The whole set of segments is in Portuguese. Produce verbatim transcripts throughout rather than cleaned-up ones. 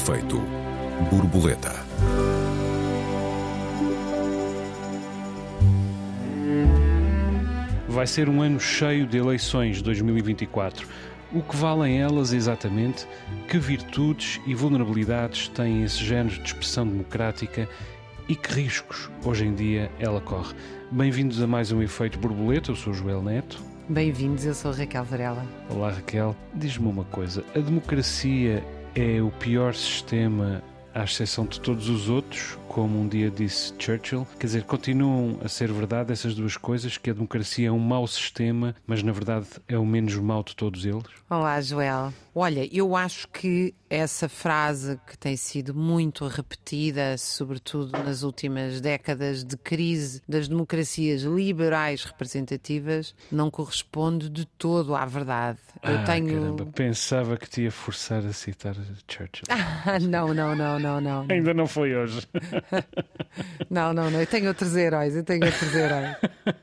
Efeito borboleta. Vai ser um ano cheio de eleições dois mil e vinte e quatro. O que valem elas exatamente? Que virtudes e vulnerabilidades tem esse género de expressão democrática e que riscos hoje em dia ela corre? Bem-vindos a mais um Efeito Borboleta, eu sou o Joel Neto. Bem-vindos, eu sou a Raquel Varela. Olá Raquel, diz-me uma coisa, a democracia é o pior sistema à exceção de todos os outros, como um dia disse Churchill? Quer dizer, continuam a ser verdade essas duas coisas, que a democracia é um mau sistema, mas na verdade é o menos mau de todos eles? Olá, Joel. Olha, eu acho que essa frase que tem sido muito repetida, sobretudo nas últimas décadas de crise das democracias liberais representativas, não corresponde de todo à verdade. Eu ah, tenho... caramba, pensava que te ia forçar a citar Churchill. Ah, não, não, não, não, não. Ainda não foi hoje. Não, não, não. Eu tenho outros heróis, eu tenho outros heróis.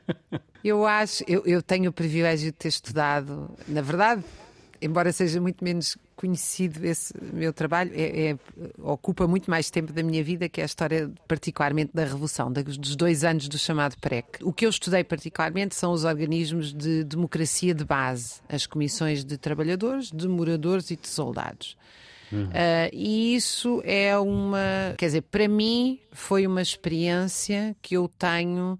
Eu acho, eu, eu tenho o privilégio de ter estudado, na verdade, embora seja muito menos conhecido esse meu trabalho, é, é, ocupa muito mais tempo da minha vida, que é a história particularmente da Revolução, dos dois anos do chamado P R E C. O que eu estudei particularmente são os organismos de democracia de base, as comissões de trabalhadores, de moradores e de soldados. Uhum. Uh, e isso é uma, quer dizer, para mim foi uma experiência que eu tenho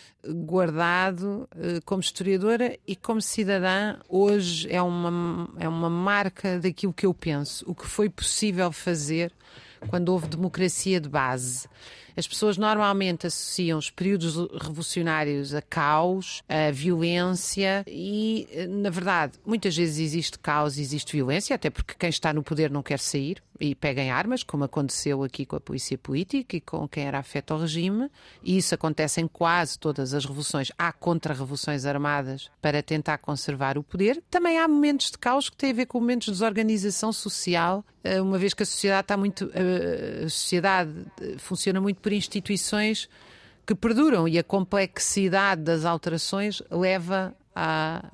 guardado uh, como historiadora e como cidadã. Hoje é uma, é uma marca daquilo que eu penso, o que foi possível fazer quando houve democracia de base. As pessoas normalmente associam os períodos revolucionários a caos, a violência e, na verdade, muitas vezes existe caos, existe violência, até porque quem está no poder não quer sair e pega em armas, como aconteceu aqui com a polícia política e com quem era afeto ao regime, e isso acontece em quase todas as revoluções. Há contra-revoluções armadas para tentar conservar o poder. Também há momentos de caos que têm a ver com momentos de desorganização social, uma vez que a sociedade está muito, a sociedade funciona muito por instituições que perduram e a complexidade das alterações leva a,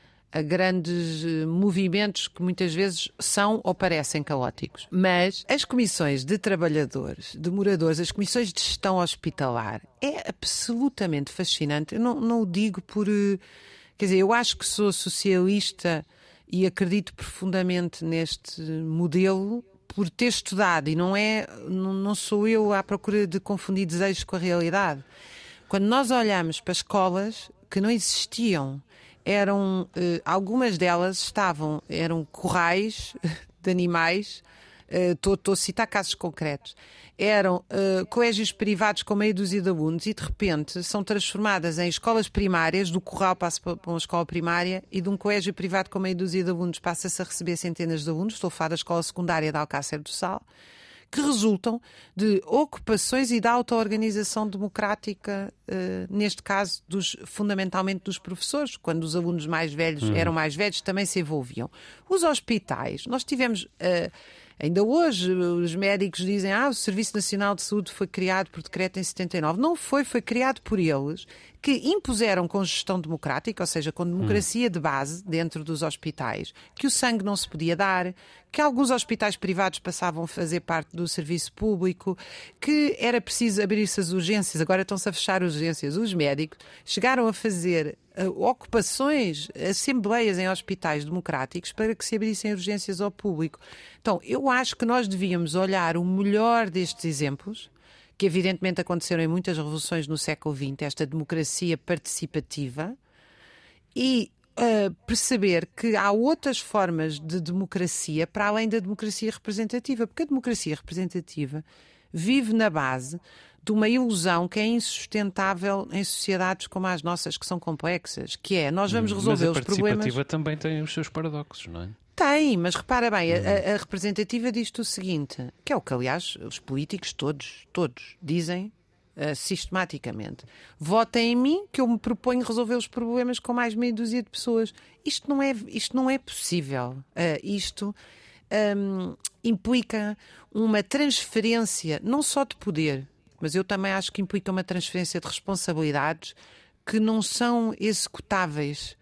a grandes movimentos que muitas vezes são ou parecem caóticos. Mas as comissões de trabalhadores, de moradores, as comissões de gestão hospitalar, é absolutamente fascinante. Eu não, não o digo por... Quer dizer, eu acho que sou socialista e acredito profundamente neste modelo por ter estudado, e não é, não, não sou eu à procura de confundir desejos com a realidade. Quando nós olhamos para escolas que não existiam, eram, eh, algumas delas estavam, eram currais de animais, estou uh, a citar casos concretos, eram uh, colégios privados com meia dúzia de alunos e de repente são transformadas em escolas primárias, do curral passa para uma escola primária e de um colégio privado com meia dúzia de alunos passa-se a receber centenas de alunos, estou a falar da escola secundária de Alcácer do Sal, que resultam de ocupações e da auto-organização democrática, uh, neste caso, dos, fundamentalmente dos professores. Quando os alunos mais velhos uhum. eram mais velhos, também se envolviam. Os hospitais, nós tivemos... Uh, Ainda hoje os médicos dizem ah, o Serviço Nacional de Saúde foi criado por decreto em setenta e nove. Não foi, foi criado por eles, que impuseram com gestão democrática, ou seja, com democracia de base dentro dos hospitais, que o sangue não se podia dar, que alguns hospitais privados passavam a fazer parte do serviço público, que era preciso abrir-se as urgências, agora estão-se a fechar urgências. Os médicos chegaram a fazer uh, ocupações, assembleias em hospitais democráticos para que se abrissem urgências ao público. Então, eu acho que nós devíamos olhar o melhor destes exemplos, que evidentemente aconteceram em muitas revoluções no século vinte, esta democracia participativa, e uh, perceber que há outras formas de democracia para além da democracia representativa, porque a democracia representativa vive na base de uma ilusão que é insustentável em sociedades como as nossas, que são complexas, que é, nós vamos resolver os problemas... Mas a participativa também tem os seus paradoxos, não é? Tem, mas repara bem, a, a representativa diz-te o seguinte, que é o que, aliás, os políticos todos, todos dizem uh, sistematicamente. Votem em mim que eu me proponho resolver os problemas com mais meia dúzia de pessoas. Isto não é, isto não é possível. Uh, isto um, implica uma transferência, não só de poder, mas eu também acho que implica uma transferência de responsabilidades que não são executáveis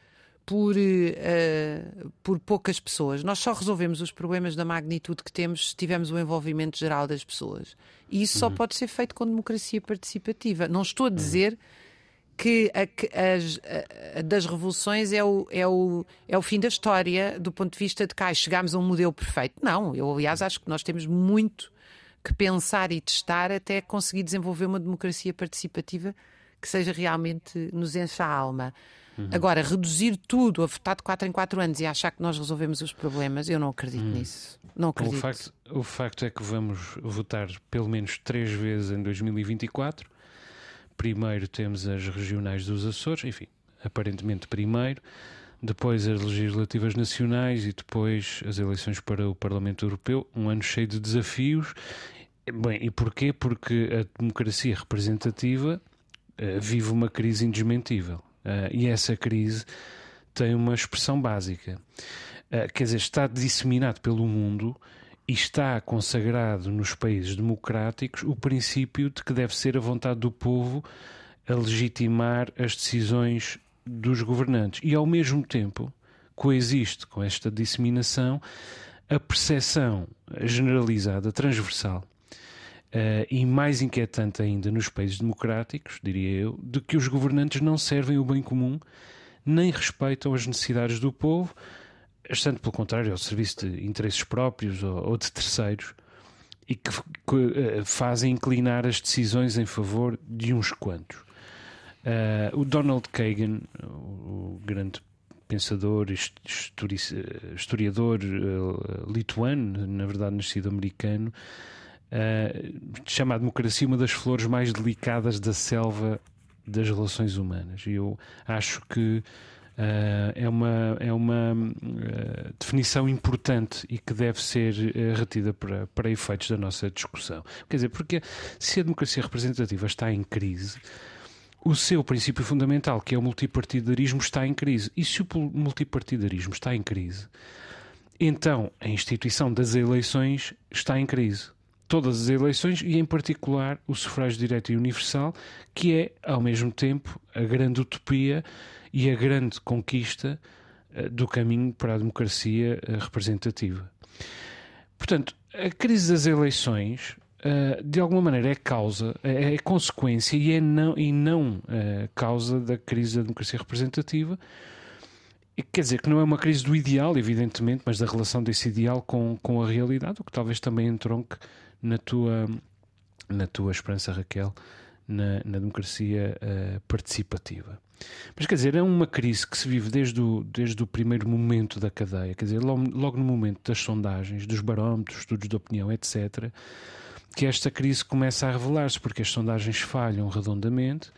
por, uh, por poucas pessoas. Nós só resolvemos os problemas da magnitude que temos se tivermos o envolvimento geral das pessoas. E isso só Uhum. pode ser feito com democracia participativa. Não estou a dizer uhum. que a, que as, a, a das revoluções é o, é, o, é o fim da história do ponto de vista de que ah, chegámos a um modelo perfeito. Não, eu aliás acho que nós temos muito que pensar e testar até conseguir desenvolver uma democracia participativa que seja realmente nos encha a alma. Uhum. Agora, reduzir tudo a votar de quatro em quatro anos e achar que nós resolvemos os problemas, eu não acredito uhum. nisso. Não acredito. O facto, o facto é que vamos votar pelo menos três vezes em dois mil e vinte e quatro. Primeiro temos as regionais dos Açores, enfim, aparentemente primeiro, depois as legislativas nacionais e depois as eleições para o Parlamento Europeu. Um ano cheio de desafios. Bem, e porquê? Porque a democracia representativa uh, vive uma crise indesmentível. Uh, e essa crise tem uma expressão básica. Uh, quer dizer, está disseminado pelo mundo e está consagrado nos países democráticos o princípio de que deve ser a vontade do povo a legitimar as decisões dos governantes. E, ao mesmo tempo, coexiste com esta disseminação a percepção generalizada, transversal, Uh, e mais inquietante ainda nos países democráticos, diria eu, de que os governantes não servem o bem comum nem respeitam as necessidades do povo, estando pelo contrário ao serviço de interesses próprios ou, ou de terceiros, e que, que uh, fazem inclinar as decisões em favor de uns quantos. Uh, o Donald Kagan, o, o grande pensador, histori- historiador uh, lituano, na verdade nascido americano, Uh, chama a democracia uma das flores mais delicadas da selva das relações humanas. E eu acho que uh, é uma, é uma uh, definição importante e que deve ser uh, retida para, para efeitos da nossa discussão. Quer dizer, porque se a democracia representativa está em crise, o seu princípio fundamental, que é o multipartidarismo, está em crise. E se o multipartidarismo está em crise, então a instituição das eleições está em crise. Todas as eleições e, em particular, o sufrágio direto e universal, que é, ao mesmo tempo, a grande utopia e a grande conquista uh, do caminho para a democracia uh, representativa. Portanto, a crise das eleições, uh, de alguma maneira, é causa, é, é consequência e, é não, e não uh, causa da crise da democracia representativa. E quer dizer que não é uma crise do ideal, evidentemente, mas da relação desse ideal com, com a realidade, o que talvez também entronque na tua, na tua esperança, Raquel, na, na democracia uh, participativa. Mas quer dizer, é uma crise que se vive desde o, desde o primeiro momento da cadeia, quer dizer, logo, logo no momento das sondagens, dos barómetros, estudos de opinião, etcétera, que esta crise começa a revelar-se, porque as sondagens falham redondamente,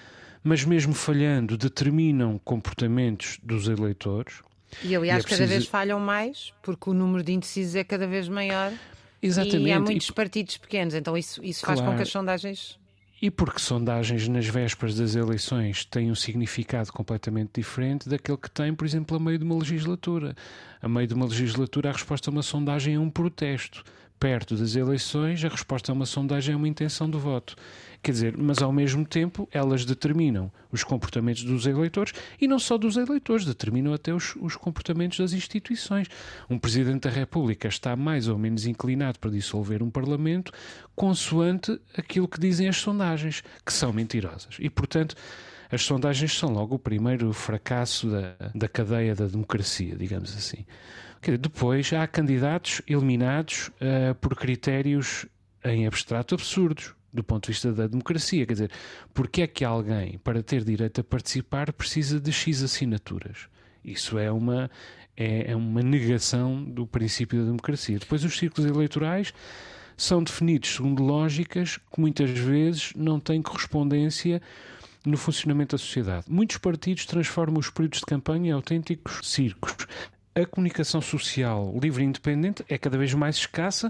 mas mesmo falhando determinam comportamentos dos eleitores. E aliás, e é preciso... cada vez falham mais, porque o número de indecisos é cada vez maior. Exatamente. E há muitos e... partidos pequenos, então isso, isso faz claro. com que as sondagens... E porque sondagens nas vésperas das eleições têm um significado completamente diferente daquele que tem, por exemplo, a meio de uma legislatura. A meio de uma legislatura, a resposta a uma sondagem é um protesto. Perto das eleições, a resposta a uma sondagem é uma intenção de voto. Quer dizer, mas ao mesmo tempo elas determinam os comportamentos dos eleitores e não só dos eleitores, determinam até os, os comportamentos das instituições. Um Presidente da República está mais ou menos inclinado para dissolver um Parlamento consoante aquilo que dizem as sondagens, que são mentirosas. E, portanto, as sondagens são logo o primeiro fracasso da, da cadeia da democracia, digamos assim. Quer dizer, depois há candidatos eliminados uh, por critérios em abstrato absurdos, do ponto de vista da democracia. Quer dizer, porque é que alguém, para ter direito a participar, precisa de X assinaturas? Isso é uma, é, é uma negação do princípio da democracia. Depois, os círculos eleitorais são definidos segundo lógicas que muitas vezes não têm correspondência no funcionamento da sociedade. Muitos partidos transformam os períodos de campanha em autênticos circos. A comunicação social livre e independente é cada vez mais escassa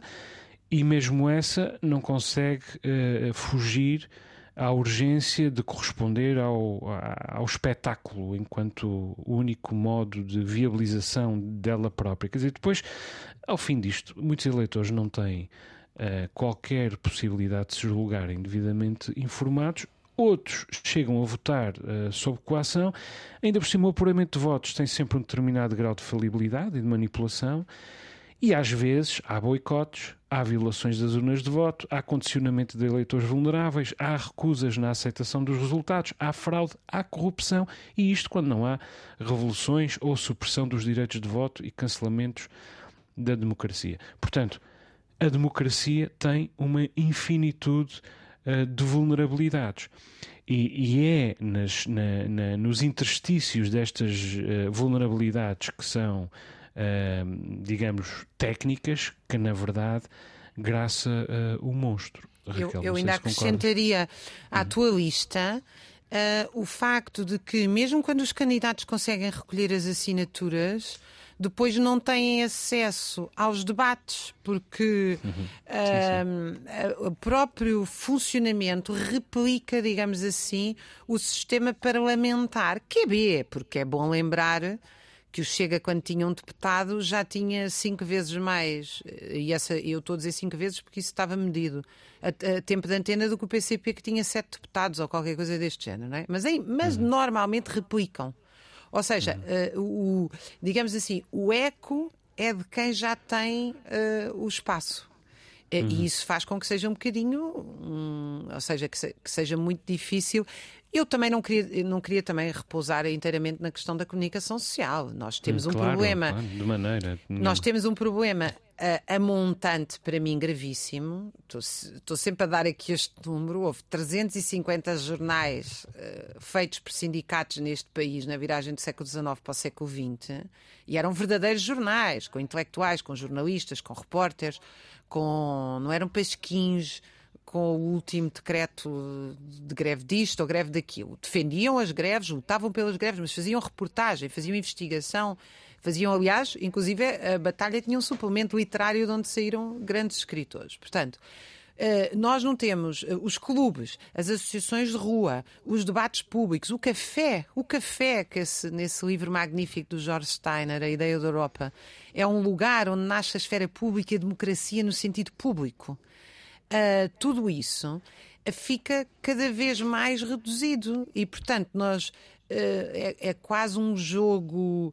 e mesmo essa não consegue uh, fugir à urgência de corresponder ao, ao espetáculo enquanto único modo de viabilização dela própria. Quer dizer, depois, ao fim disto, muitos eleitores não têm uh, qualquer possibilidade de se julgarem devidamente informados outros chegam a votar uh, sob coação. Ainda por cima, o apuramento de votos tem sempre um determinado grau de falibilidade e de manipulação, e às vezes há boicotes, há violações das urnas de voto, há condicionamento de eleitores vulneráveis, há recusas na aceitação dos resultados, há fraude, há corrupção, e isto quando não há revoluções ou supressão dos direitos de voto e cancelamentos da democracia. Portanto, a democracia tem uma infinitude uh, de vulnerabilidades. E, e é nas, na, na, nos interstícios destas uh, vulnerabilidades que são, uh, digamos, técnicas, que na verdade graça uh, o monstro. Raquel, eu eu ainda se acrescentaria à hum. tua lista uh, o facto de que, mesmo quando os candidatos conseguem recolher as assinaturas, depois não têm acesso aos debates, porque uhum. sim, uh, o próprio funcionamento replica, digamos assim, o sistema parlamentar, que é B, porque é bom lembrar que o Chega, quando tinha um deputado, já tinha cinco vezes mais, e essa, eu estou a dizer cinco vezes porque isso estava medido, a, a tempo de antena, do que o P C P, que tinha sete deputados ou qualquer coisa deste género, não é? Mas, em, mas uhum. normalmente replicam. Ou seja, uh, o, digamos assim, o eco é de quem já tem uh, o espaço. Uhum. E isso faz com que seja um bocadinho, um, ou seja, que, se, que seja muito difícil. Eu também não queria, não queria também repousar inteiramente na questão da comunicação social. Nós temos claro, um problema. Claro, de maneira. Nós temos um problema a, a montante, para mim, gravíssimo. Estou, estou sempre a dar aqui este número. Houve trezentos e cinquenta jornais uh, feitos por sindicatos neste país na viragem do século dezenove para o século vinte, e eram verdadeiros jornais, com intelectuais, com jornalistas, com repórteres, com, não eram pesquinhos com o último decreto de greve disto ou greve daquilo. Defendiam as greves, lutavam pelas greves, mas faziam reportagem, faziam investigação, faziam, aliás, inclusive a Batalha tinha um suplemento literário de onde saíram grandes escritores. Portanto, nós não temos os clubes, as associações de rua, os debates públicos, o café, o café, que esse, nesse livro magnífico do George Steiner, A Ideia da Europa, é um lugar onde nasce a esfera pública e a democracia no sentido público. Uh, tudo isso uh, fica cada vez mais reduzido e, portanto, nós uh, é, é quase um jogo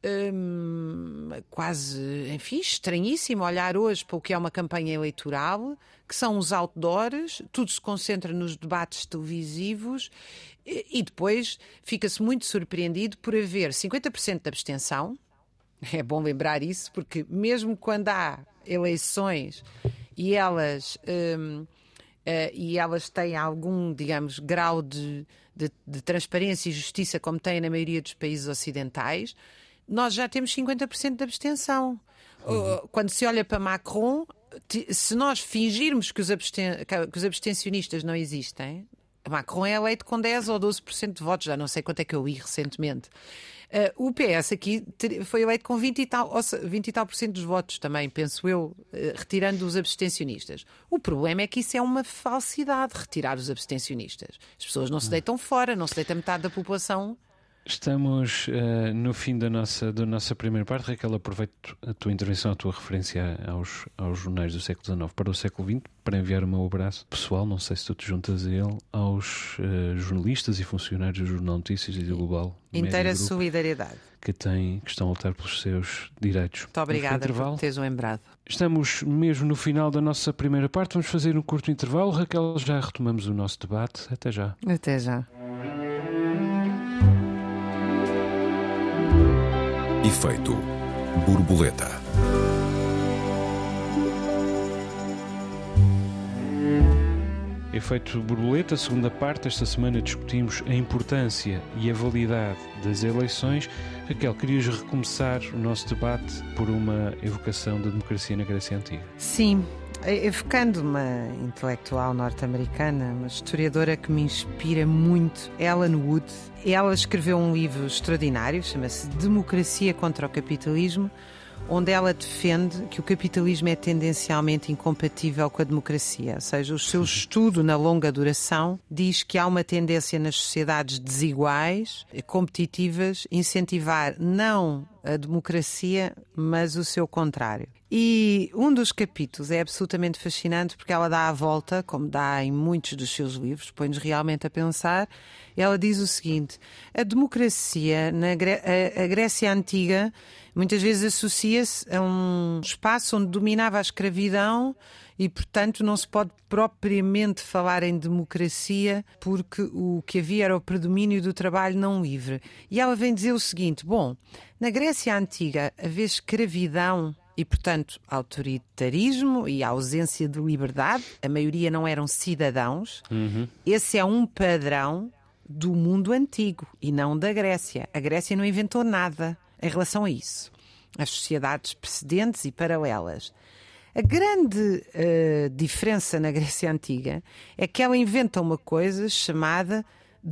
um, quase, enfim, estranhíssimo olhar hoje para o que é uma campanha eleitoral, que são os outdoors, tudo se concentra nos debates televisivos e, e depois fica-se muito surpreendido por haver cinquenta por cento de abstenção. É bom lembrar isso, porque mesmo quando há eleições e elas, um, uh, e elas têm algum, digamos, grau de, de, de transparência e justiça, como têm na maioria dos países ocidentais, nós já temos cinquenta por cento de abstenção. Uhum. Quando se olha para Macron, se nós fingirmos que os, absten- que os abstencionistas não existem, Macron é eleito com dez ou doze por cento de votos, já não sei quanto é que eu li recentemente. Uh, o P S aqui foi eleito com vinte e tal, vinte e tal por cento dos votos também, penso eu, uh, retirando os abstencionistas. O problema é que isso é uma falsidade, retirar os abstencionistas. As pessoas não se deitam fora, não se deita metade da população. Estamos uh, no fim da nossa, da nossa primeira parte. Raquel, aproveito a tua intervenção, a tua referência aos, aos jornais do século dezenove para o século vinte, para enviar o meu abraço pessoal, não sei se tu te juntas a ele, aos uh, jornalistas e funcionários do Jornal Notícias e do Global Inteira solidariedade. Que, têm, que estão a lutar pelos seus direitos. Muito obrigada por teres lembrado. Estamos mesmo no final da nossa primeira parte. Vamos fazer um curto intervalo. Raquel, já retomamos o nosso debate. Até já. Até já. Efeito borboleta. Efeito borboleta, segunda parte. Esta semana discutimos a importância e a validade das eleições. Raquel, querias recomeçar o nosso debate por uma evocação da democracia na Grécia Antiga? Sim, evocando uma intelectual norte-americana, uma historiadora que me inspira muito, Ellen Wood. Ela escreveu um livro extraordinário, chama-se Democracia contra o Capitalismo, onde ela defende que o capitalismo é tendencialmente incompatível com a democracia. Ou seja, o seu estudo na longa duração diz que há uma tendência nas sociedades desiguais, competitivas, incentivar não a democracia, mas o seu contrário. E um dos capítulos é absolutamente fascinante porque ela dá a volta, como dá em muitos dos seus livros, põe-nos realmente a pensar. Ela diz o seguinte: a democracia, na Gré- a, a Grécia Antiga, muitas vezes associa-se a um espaço onde dominava a escravidão e, portanto, não se pode propriamente falar em democracia porque o que havia era o predomínio do trabalho não livre. E ela vem dizer o seguinte: bom, na Grécia Antiga havia escravidão e, portanto, autoritarismo e ausência de liberdade. A maioria não eram cidadãos. Uhum. Esse é um padrão do mundo antigo e não da Grécia. A Grécia não inventou nada em relação a isso. As sociedades precedentes e paralelas. A grande uh, diferença na Grécia Antiga é que ela inventa uma coisa chamada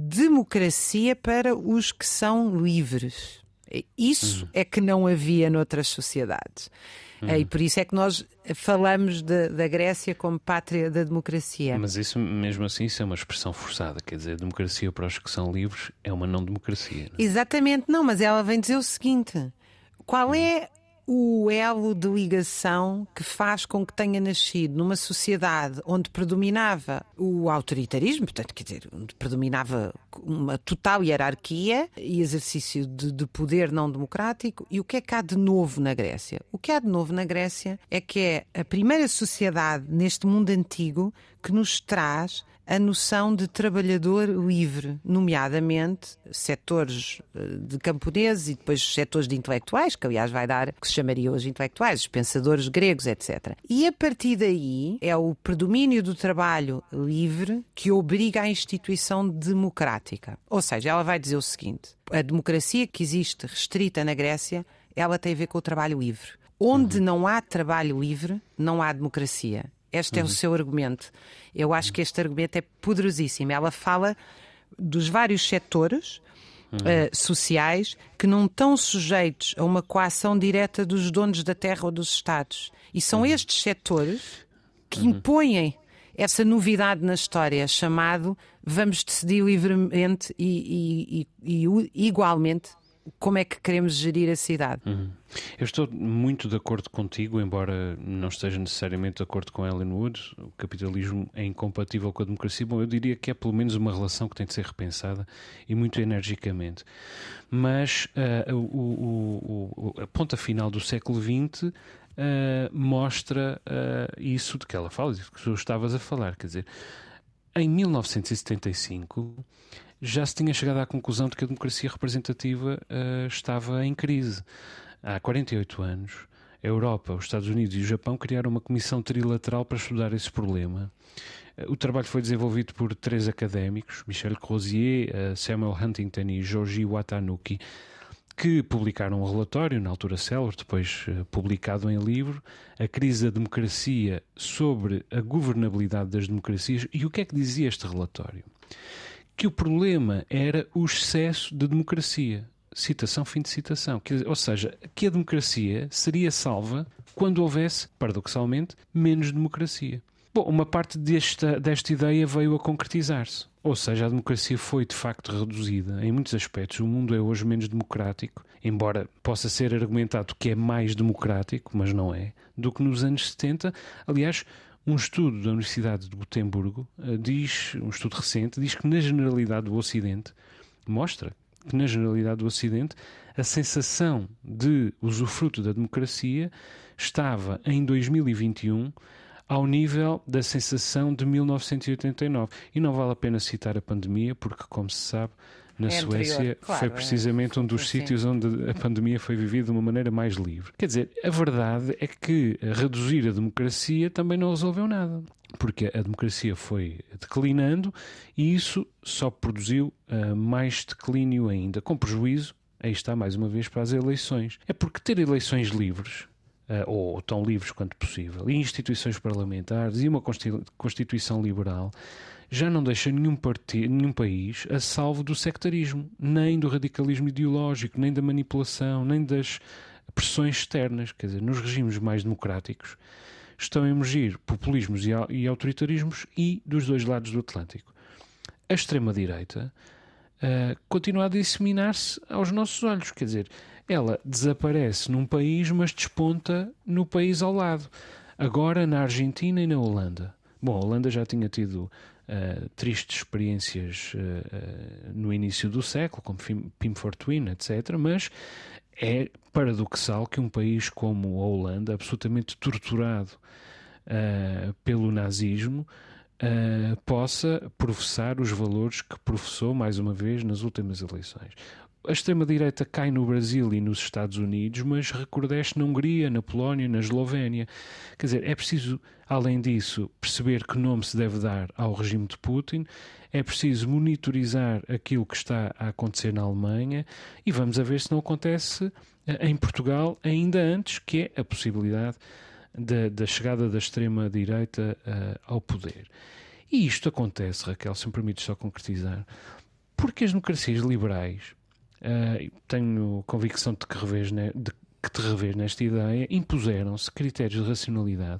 democracia para os que são livres. Isso uhum. é que não havia noutras sociedades. Uhum. E por isso é que nós falamos de, da Grécia como pátria da democracia. Mas isso, mesmo assim, isso é uma expressão forçada. Quer dizer, a democracia para os que são livres é uma não-democracia. Não é? Exatamente, não, mas ela vem dizer o seguinte: qual é o elo de ligação que faz com que tenha nascido numa sociedade onde predominava o autoritarismo, portanto, quer dizer, onde predominava uma total hierarquia e exercício de, de poder não democrático, e o que é que há de novo na Grécia? O que há de novo na Grécia é que é a primeira sociedade neste mundo antigo que nos traz a noção de trabalhador livre, nomeadamente setores de camponeses e depois setores de intelectuais, que aliás vai dar o que se chamaria hoje intelectuais, os pensadores gregos, etcétera. E a partir daí é o predomínio do trabalho livre que obriga à instituição democrática. Ou seja, ela vai dizer o seguinte: a democracia que existe restrita na Grécia, ela tem a ver com o trabalho livre. Onde uhum. não há trabalho livre, não há democracia. Este uhum. é o seu argumento. Eu acho que este argumento é poderosíssimo. Ela fala dos vários setores uhum. uh, sociais que não estão sujeitos a uma coação direta dos donos da terra ou dos Estados. E são uhum. estes setores que uhum. impõem essa novidade na história, chamado vamos decidir livremente e, e, e, e igualmente como é que queremos gerir a cidade. Uhum. Eu estou muito de acordo contigo, embora não esteja necessariamente de acordo com Ellen Wood. O capitalismo é incompatível com a democracia. Bom, eu diria que é pelo menos uma relação que tem de ser repensada e muito energicamente. Mas uh, o, o, o, a ponta final do século vinte uh, mostra uh, isso de que ela fala, de que tu estavas a falar. Quer dizer, em mil novecentos e setenta e cinco já se tinha chegado à conclusão de que a democracia representativa uh, estava em crise. Há quarenta e oito anos, a Europa, os Estados Unidos e o Japão criaram uma comissão trilateral para estudar esse problema. Uh, o trabalho foi desenvolvido por três académicos, Michel Crozier, uh, Samuel Huntington e Joji Watanuki, que publicaram um relatório, na altura célebre, depois uh, publicado em livro, A Crise da Democracia sobre a Governabilidade das Democracias. E o que é que dizia este relatório? Que o problema era o excesso de democracia. Citação, fim de citação. Ou seja, que a democracia seria salva quando houvesse, paradoxalmente, menos democracia. Bom, uma parte desta, desta ideia veio a concretizar-se. Ou seja, a democracia foi de facto reduzida. Em muitos aspectos, o mundo é hoje menos democrático, embora possa ser argumentado que é mais democrático, mas não é, do que nos anos setenta. Aliás, um estudo da Universidade de Gotemburgo diz, um estudo recente, diz que na generalidade do Ocidente, mostra que na generalidade do Ocidente, a sensação de usufruto da democracia estava em dois mil e vinte e um ao nível da sensação de mil novecentos e oitenta e nove. E não vale a pena citar a pandemia, porque, como se sabe, na é Suécia anterior, claro, foi precisamente é. um dos sim. sítios onde a pandemia foi vivida de uma maneira mais livre. Quer dizer, a verdade é que reduzir a democracia também não resolveu nada, porque a democracia foi declinando e isso só produziu uh, mais declínio ainda, com prejuízo, aí está mais uma vez, para as eleições. É porque ter eleições livres, uh, ou tão livres quanto possível, e instituições parlamentares e uma Constituição liberal, já não deixa nenhum, partido, nenhum país a salvo do sectarismo, nem do radicalismo ideológico, nem da manipulação, nem das pressões externas. Quer dizer, nos regimes mais democráticos estão a emergir populismos e autoritarismos e dos dois lados do Atlântico. A extrema-direita uh, continua a disseminar-se aos nossos olhos. Quer dizer, ela desaparece num país, mas desponta no país ao lado. Agora na Argentina e na Holanda. Bom, a Holanda já tinha tido uh, tristes experiências uh, uh, no início do século, como Pim Fortuyn, etcétera, mas é paradoxal que um país como a Holanda, absolutamente torturado uh, pelo nazismo, uh, possa professar os valores que professou, mais uma vez, nas últimas eleições. A extrema-direita cai no Brasil e nos Estados Unidos, mas recrudesce na Hungria, na Polónia, na Eslovénia. Quer dizer, é preciso, além disso, perceber que nome se deve dar ao regime de Putin, é preciso monitorizar aquilo que está a acontecer na Alemanha e vamos a ver se não acontece em Portugal ainda antes, que é a possibilidade da, da chegada da extrema-direita uh, ao poder. E isto acontece, Raquel, se me permites só concretizar, porque as democracias liberais, Uh, tenho convicção de que, revês, né, de que te revês nesta ideia, impuseram-se critérios de racionalidade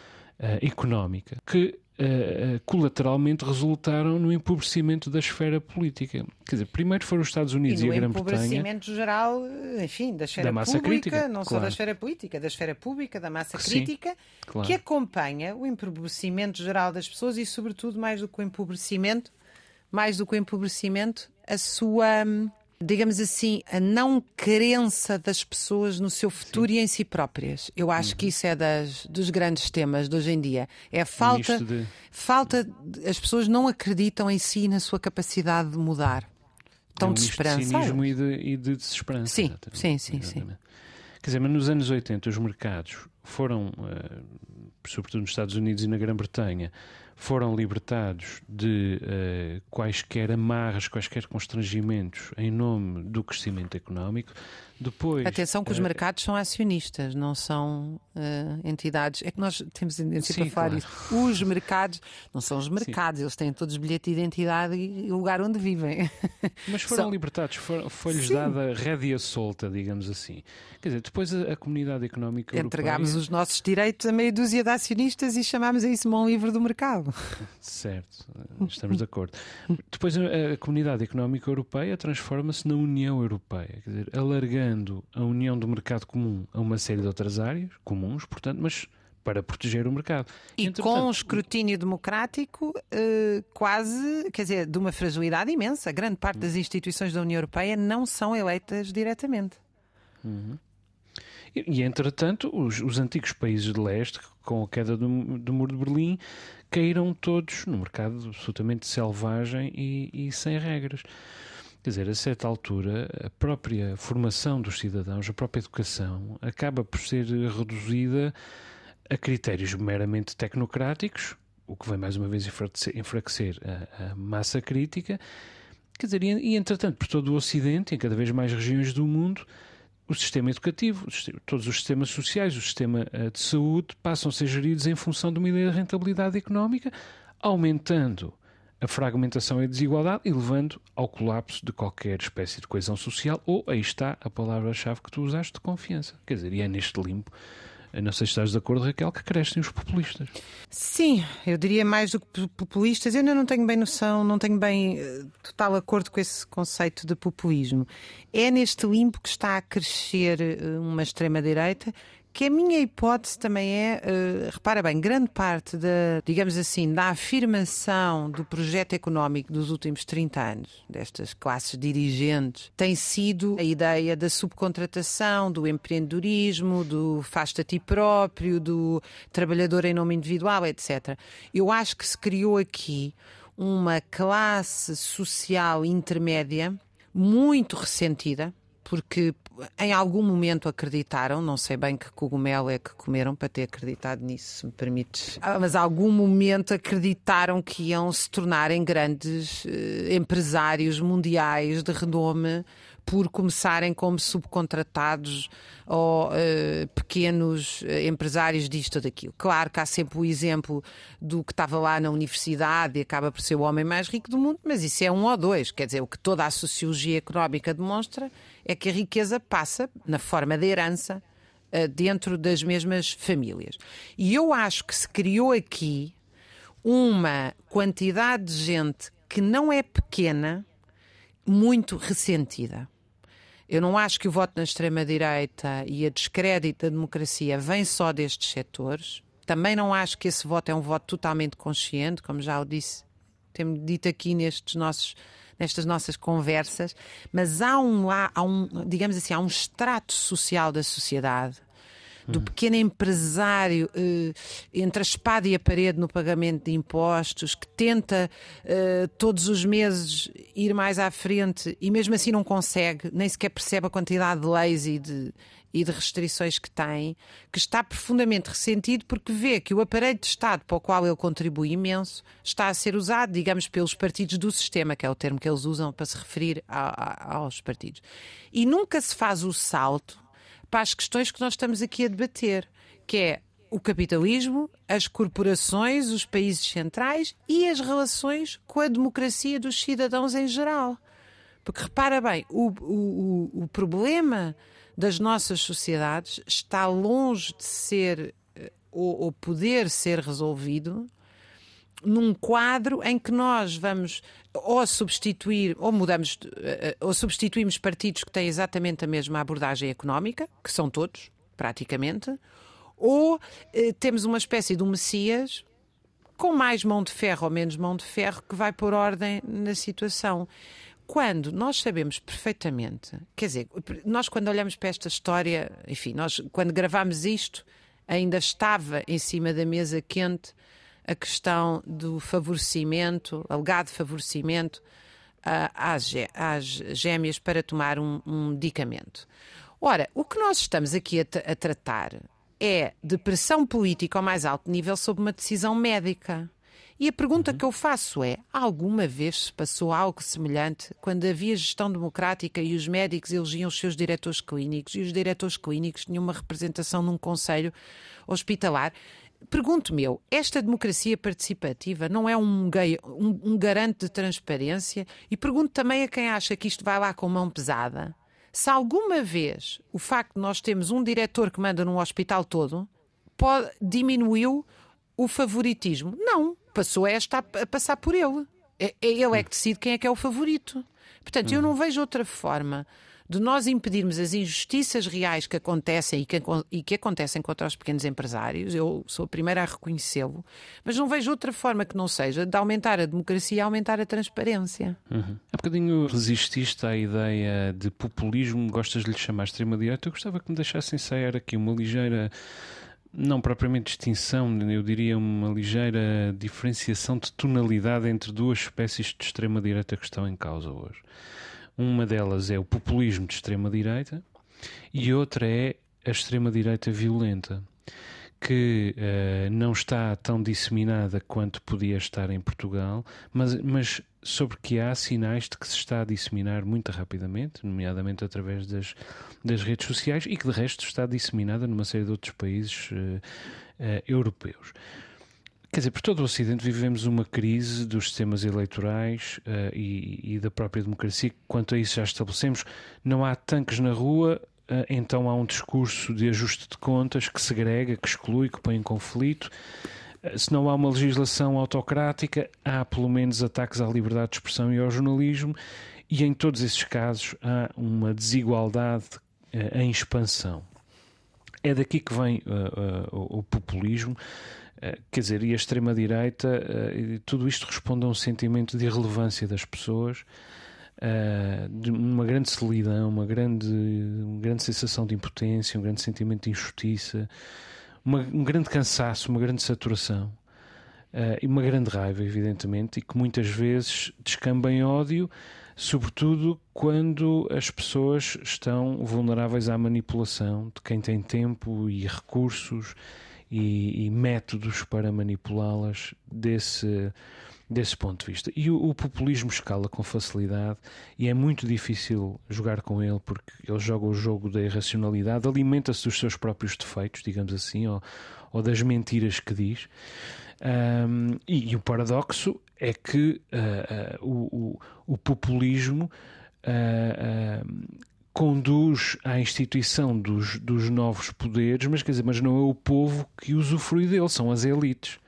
uh, económica que uh, colateralmente resultaram no empobrecimento da esfera política. Quer dizer, primeiro foram os Estados Unidos e, e a Grã-Bretanha. No empobrecimento geral, enfim, da esfera da massa pública, crítica, não claro. só da esfera política, da esfera pública, da massa Sim, crítica, claro. que acompanha o empobrecimento geral das pessoas e, sobretudo, mais do que o empobrecimento, mais do que o empobrecimento, a sua... digamos assim, a não crença das pessoas no seu futuro Sim. e em si próprias. Eu acho uhum. que isso é das, dos grandes temas de hoje em dia. É a falta, de... falta de, as pessoas não acreditam em si e na sua capacidade de mudar. Estão é um desesperançadas. De cinismo e de, e de desesperança. Sim, sim, sim, sim. Quer dizer, mas nos anos oitenta os mercados foram, uh, sobretudo nos Estados Unidos e na Grã-Bretanha, foram libertados de uh, quaisquer amarras, quaisquer constrangimentos em nome do crescimento económico. Depois, atenção que os uh, mercados são acionistas, não são uh, entidades. É que nós temos tendência para falar claro. isso. Os mercados não são os mercados, sim. eles têm todos bilhete de identidade e o lugar onde vivem. Mas foram são... libertados, foi-lhes dada rédea solta, digamos assim. Quer dizer, depois a, a comunidade económica europeia... Entregámos os nossos direitos a meia dúzia de acionistas e chamámos a isso mão livre do mercado. Certo, estamos de acordo. Depois a, a comunidade económica europeia transforma-se na União Europeia, quer dizer, alargando a união do mercado comum a uma série de outras áreas, comuns, portanto, mas para proteger o mercado. E Entretanto, com um escrutínio democrático eh, quase, quer dizer, de uma fragilidade imensa. Grande parte das instituições da União Europeia não são eleitas diretamente. Uhum. E, entretanto, os, os antigos países de leste, com a queda do, do Muro de Berlim, caíram todos no mercado absolutamente selvagem e, e sem regras. Quer dizer, a certa altura, a própria formação dos cidadãos, a própria educação, acaba por ser reduzida a critérios meramente tecnocráticos, o que vem mais uma vez enfraquecer a, a massa crítica. Quer dizer, e, e entretanto, por todo o Ocidente, em cada vez mais regiões do mundo, o sistema educativo, todos os sistemas sociais, o sistema de saúde passam a ser geridos em função de uma ideia de rentabilidade económica, aumentando a fragmentação e a desigualdade e levando ao colapso de qualquer espécie de coesão social, ou, aí está a palavra-chave que tu usaste, de confiança. Quer dizer, e é neste limbo, não sei se estás de acordo, Raquel, que crescem os populistas. Sim, eu diria mais do que populistas. Eu ainda não tenho bem noção, não tenho bem uh, total acordo com esse conceito de populismo. É neste limbo que está a crescer uh, uma extrema-direita, que a minha hipótese também é, uh, repara bem, grande parte da, digamos assim, da afirmação do projeto económico dos últimos trinta anos, destas classes dirigentes, tem sido a ideia da subcontratação, do empreendedorismo, do faz-te a ti próprio, do trabalhador em nome individual, etcétera. Eu acho que se criou aqui uma classe social intermédia muito ressentida, porque em algum momento acreditaram, não sei bem que cogumelo é que comeram para ter acreditado nisso, se me permites, mas em algum momento acreditaram que iam se tornar em grandes eh, empresários mundiais de renome por começarem como subcontratados ou uh, pequenos uh, empresários disto ou daquilo. Claro que há sempre o exemplo do que estava lá na universidade e acaba por ser o homem mais rico do mundo, mas isso é um ou dois. Quer dizer, o que toda a sociologia económica demonstra é que a riqueza passa na forma de herança uh, dentro das mesmas famílias. E eu acho que se criou aqui uma quantidade de gente que não é pequena, muito ressentida. Eu não acho que o voto na extrema-direita e a descrédito da democracia vem só destes setores. Também não acho que esse voto é um voto totalmente consciente, como já o disse, temos dito aqui nestes nossos, nestas nossas conversas, mas há um, há, há um, digamos assim, há um extrato social da sociedade, do pequeno empresário eh, entre a espada e a parede no pagamento de impostos, que tenta eh, todos os meses ir mais à frente e mesmo assim não consegue, nem sequer percebe a quantidade de leis e de, e de restrições que tem, que está profundamente ressentido porque vê que o aparelho de Estado para o qual ele contribui imenso está a ser usado, digamos, pelos partidos do sistema, que é o termo que eles usam para se referir a, a, aos partidos. E nunca se faz o salto para as questões que nós estamos aqui a debater, que é o capitalismo, as corporações, os países centrais e as relações com a democracia dos cidadãos em geral. Porque repara bem, o, o, o problema das nossas sociedades está longe de ser ou, ou poder ser resolvido num quadro em que nós vamos ou substituir, ou mudamos, ou substituímos partidos que têm exatamente a mesma abordagem económica, que são todos, praticamente, ou eh, temos uma espécie de um Messias com mais mão de ferro ou menos mão de ferro que vai pôr ordem na situação. Quando nós sabemos perfeitamente, quer dizer, nós quando olhamos para esta história, enfim, nós quando gravámos isto, ainda estava em cima da mesa quente a questão do favorecimento, alegado favorecimento uh, às, às gêmeas para tomar um, um medicamento. Ora, o que nós estamos aqui a, a tratar é de pressão política ao mais alto nível sobre uma decisão médica. E a pergunta que eu faço é, alguma vez se passou algo semelhante quando havia gestão democrática e os médicos elegiam os seus diretores clínicos e os diretores clínicos tinham uma representação num conselho hospitalar? Pergunto-me eu, esta democracia participativa não é um, gay, um, um garante de transparência? E pergunto também a quem acha que isto vai lá com mão pesada, se alguma vez o facto de nós termos um diretor que manda num hospital todo pode, diminuiu o favoritismo. Não, passou esta a, a passar por ele. É, é ele é que decide quem é que é o favorito. Portanto, eu não vejo outra forma de nós impedirmos as injustiças reais que acontecem e que, e que acontecem contra os pequenos empresários. Eu sou a primeira a reconhecê-lo, mas não vejo outra forma que não seja de aumentar a democracia e aumentar a transparência. Uhum. Há bocadinho resististe à ideia de populismo, gostas de lhe chamar extrema-direita. Eu gostava que me deixassem ensaiar aqui uma ligeira, não propriamente distinção, eu diria uma ligeira diferenciação de tonalidade entre duas espécies de extrema-direita que estão em causa hoje. Uma delas é o populismo de extrema-direita e outra é a extrema-direita violenta, que uh, não está tão disseminada quanto podia estar em Portugal, mas, mas sobre que há sinais de que se está a disseminar muito rapidamente, nomeadamente através das, das redes sociais, e que de resto está disseminada numa série de outros países uh, uh, europeus. Quer dizer, por todo o Ocidente vivemos uma crise dos sistemas eleitorais uh, e, e da própria democracia. Quanto a isso já estabelecemos, não há tanques na rua, uh, então há um discurso de ajuste de contas que segrega, que exclui, que põe em conflito. Uh, se não há uma legislação autocrática, há pelo menos ataques à liberdade de expressão e ao jornalismo, e em todos esses casos há uma desigualdade uh, em expansão. É daqui que vem uh, uh, o, o populismo. Uh, quer dizer, e a extrema-direita, uh, tudo isto responde a um sentimento de irrelevância das pessoas, uh, de uma grande solidão, uma grande, uma grande sensação de impotência, um grande sentimento de injustiça, uma, um grande cansaço, uma grande saturação uh, e uma grande raiva, evidentemente, e que muitas vezes descamba em ódio, sobretudo quando as pessoas estão vulneráveis à manipulação de quem tem tempo e recursos E, e métodos para manipulá-las desse, desse ponto de vista. E o, o populismo escala com facilidade e é muito difícil jogar com ele porque ele joga o jogo da irracionalidade, alimenta-se dos seus próprios defeitos, digamos assim, ou, ou das mentiras que diz. Um, e, e o paradoxo é que uh, uh, o, o, o populismo uh, uh, conduz à instituição dos, dos novos poderes, mas quer dizer, mas não é o povo que usufrui dele, são as elites.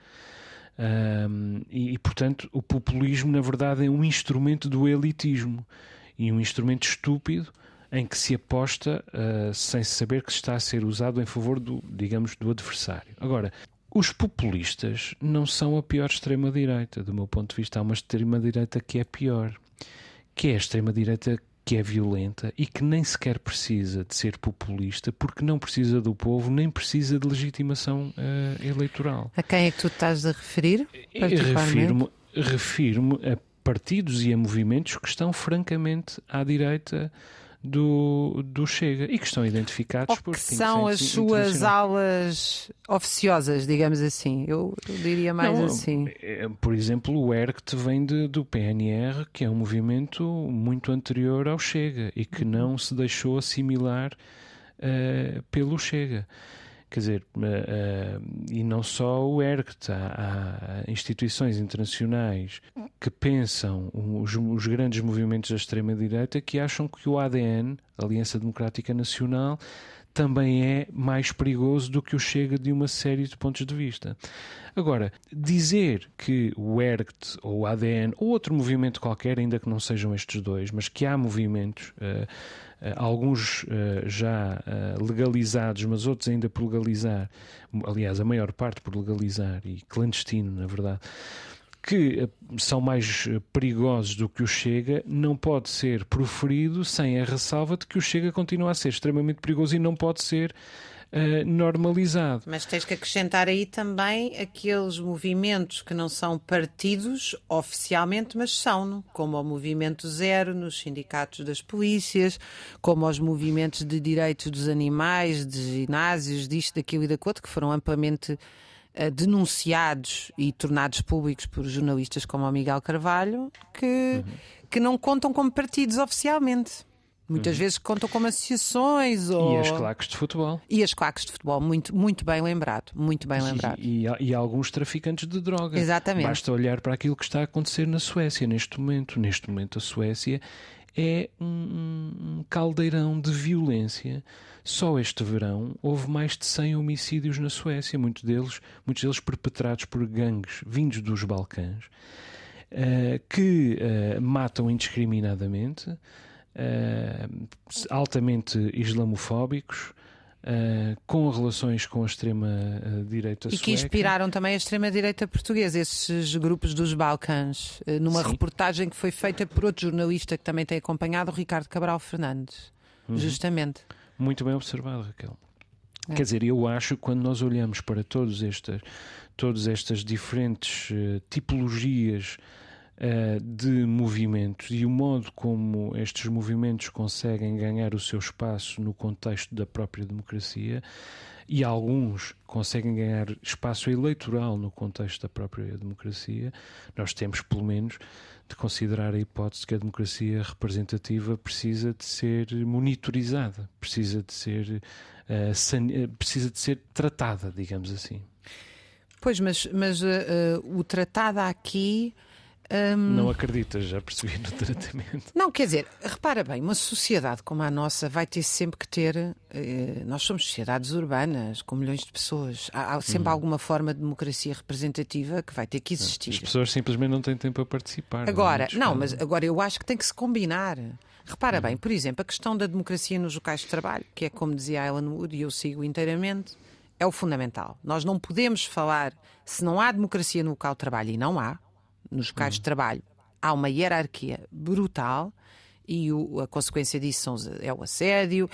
Um, e, e, portanto, o populismo, na verdade, é um instrumento do elitismo e um instrumento estúpido em que se aposta uh, sem saber que está a ser usado em favor do, digamos, do adversário. Agora, os populistas não são a pior extrema-direita. Do meu ponto de vista, há uma extrema-direita que é pior, que é a extrema-direita que é violenta e que nem sequer precisa de ser populista, porque não precisa do povo, nem precisa de legitimação uh, eleitoral. A quem é que tu estás a referir? Refiro-me, refiro-me a partidos e a movimentos que estão francamente à direita do, do Chega e que estão identificados Ou por que são as suas aulas oficiosas, digamos assim. Eu, eu diria mais Não, assim. Por exemplo, o E R C T vem de, do P N R, que é um movimento muito anterior ao Chega e que não se deixou assimilar uh, pelo Chega. Quer dizer, uh, uh, e não só o E R C T, há, há instituições internacionais que pensam, os, os grandes movimentos da extrema-direita, que acham que o A D N, Aliança Democrática Nacional, também é mais perigoso do que o Chega de uma série de pontos de vista. Agora, dizer que o E R C T ou o A D N ou outro movimento qualquer, ainda que não sejam estes dois, mas que há movimentos, uh, uh, alguns uh, já uh, legalizados, mas outros ainda por legalizar, aliás, a maior parte por legalizar e clandestino, na verdade, que são mais perigosos do que o Chega, não pode ser proferido sem a ressalva de que o Chega continua a ser extremamente perigoso e não pode ser uh, normalizado. Mas tens que acrescentar aí também aqueles movimentos que não são partidos oficialmente, mas são, como o Movimento Zero nos sindicatos das polícias, como os movimentos de direitos dos animais, de ginásios, disto, daquilo e daquilo outro, que foram amplamente denunciados e tornados públicos por jornalistas como o Miguel Carvalho, que, uhum. que não contam como partidos oficialmente. Muitas uhum. vezes contam como associações. Ou... E as claques de futebol. E as claques de futebol, muito, muito bem lembrado. Muito bem lembrado. E, e, e alguns traficantes de droga. Exatamente. Basta olhar para aquilo que está a acontecer na Suécia neste momento. Neste momento a Suécia é um, um caldeirão de violência. Só este verão houve mais de cem homicídios na Suécia, muitos deles, muitos deles perpetrados por gangues vindos dos Balcãs, uh, que uh, matam indiscriminadamente, uh, altamente islamofóbicos, Uh, com relações com a extrema-direita sueca. E que inspiraram também a extrema-direita portuguesa, esses grupos dos Balcãs, uh, numa Sim. reportagem que foi feita por outro jornalista que também tem acompanhado, o Ricardo Cabral Fernandes. Uhum. Justamente. Muito bem observado, Raquel. É. Quer dizer, eu acho que quando nós olhamos para todos estas, todas estas diferentes uh, tipologias uh, de movimentos e o modo como estes movimentos conseguem ganhar o seu espaço no contexto da própria democracia, e alguns conseguem ganhar espaço eleitoral no contexto da própria democracia, nós temos pelo menos de considerar a hipótese que a democracia representativa precisa de ser monitorizada, precisa de ser, uh, san... precisa de ser tratada, digamos assim. Pois, mas, mas uh, uh, o tratado aqui... Um... Não acreditas, já percebi no tratamento. Não, quer dizer, repara bem, uma sociedade como a nossa vai ter sempre que ter... Eh, nós somos sociedades urbanas, com milhões de pessoas. Há, há sempre hum. alguma forma de democracia representativa que vai ter que existir. As pessoas simplesmente não têm tempo a participar. Agora, não, não mas agora eu acho que tem que se combinar. Repara hum. bem, por exemplo, a questão da democracia nos locais de trabalho, que é como dizia a Ellen Wood, e eu sigo inteiramente, é o fundamental. Nós não podemos falar, se não há democracia no local de trabalho, e não há, nos locais de trabalho há uma hierarquia brutal e o, a consequência disso são, é o assédio,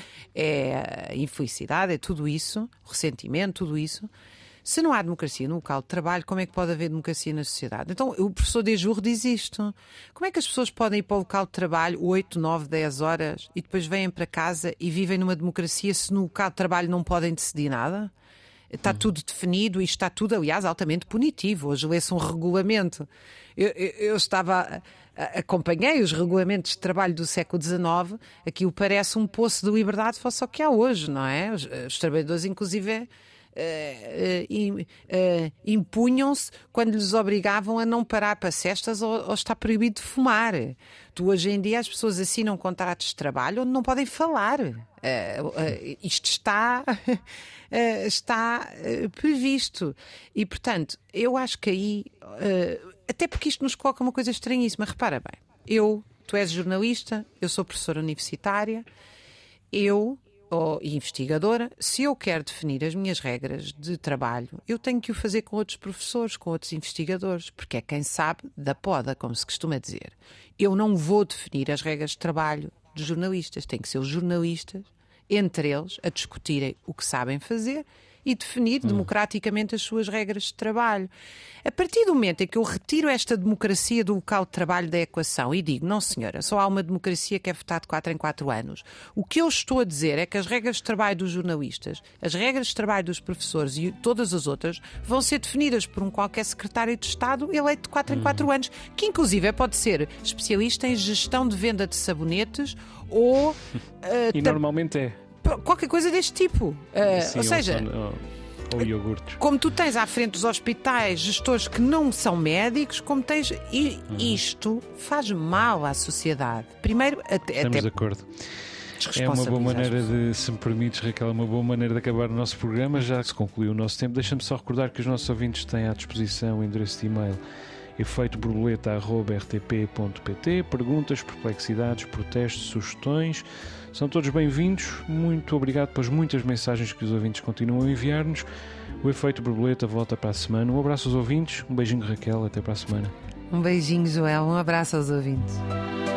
é a infelicidade, é tudo isso, o ressentimento, tudo isso. Se não há democracia no local de trabalho, como é que pode haver democracia na sociedade? Então o professor Dejour diz isto. Como é que as pessoas podem ir para o local de trabalho oito, nove, dez horas e depois vêm para casa e vivem numa democracia se no local de trabalho não podem decidir nada? Está tudo definido e está tudo, aliás, altamente punitivo. Hoje lê-se um regulamento. Eu, eu, eu estava, acompanhei os regulamentos de trabalho do século dezenove, aquilo parece um poço de liberdade, fosse o que há hoje, não é? Os, os trabalhadores, inclusive, Uh, uh, uh, impunham-se quando lhes obrigavam a não parar para cestas ou, ou está proibido de fumar. Tu, hoje em dia, as pessoas assinam contratos de trabalho onde não podem falar. Uh, uh, isto está, uh, está uh, previsto. E, portanto, eu acho que aí, uh, até porque isto nos coloca uma coisa estranhíssima. Repara bem, eu, tu és jornalista, eu sou professora universitária, eu, ou investigadora, se eu quero definir as minhas regras de trabalho, eu tenho que o fazer com outros professores, com outros investigadores, porque é quem sabe da poda, como se costuma dizer. Eu não vou definir as regras de trabalho de jornalistas, tem que ser os jornalistas, entre eles, a discutirem o que sabem fazer e definir hum. democraticamente as suas regras de trabalho. A partir do momento em que eu retiro esta democracia do local de trabalho da equação e digo, não senhora, só há uma democracia que é votada de quatro em quatro anos, o que eu estou a dizer é que as regras de trabalho dos jornalistas, as regras de trabalho dos professores e todas as outras vão ser definidas por um qualquer secretário de Estado eleito de quatro em quatro anos, que inclusive pode ser especialista em gestão de venda de sabonetes ou... Uh, e normalmente é. Qualquer coisa deste tipo. Uh, Sim, ou seja, ou, ou iogurtes. Como tu tens à frente dos hospitais gestores que não são médicos, como tens. E uhum. isto faz mal à sociedade. Primeiro, até. Estamos até de acordo. É uma boa maneira de, se me permites, Raquel, é uma boa maneira de acabar o nosso programa, já que se concluiu o nosso tempo. Deixa-me só recordar que os nossos ouvintes têm à disposição o endereço de e-mail efeito borboleta arroba r t p ponto p t. Perguntas, perplexidades, protestos, sugestões, são todos bem-vindos. Muito obrigado pelas muitas mensagens que os ouvintes continuam a enviar-nos. O Efeito Borboleta volta para a semana. Um abraço aos ouvintes, um beijinho, Raquel, até para a semana. Um beijinho, Joel, um abraço aos ouvintes.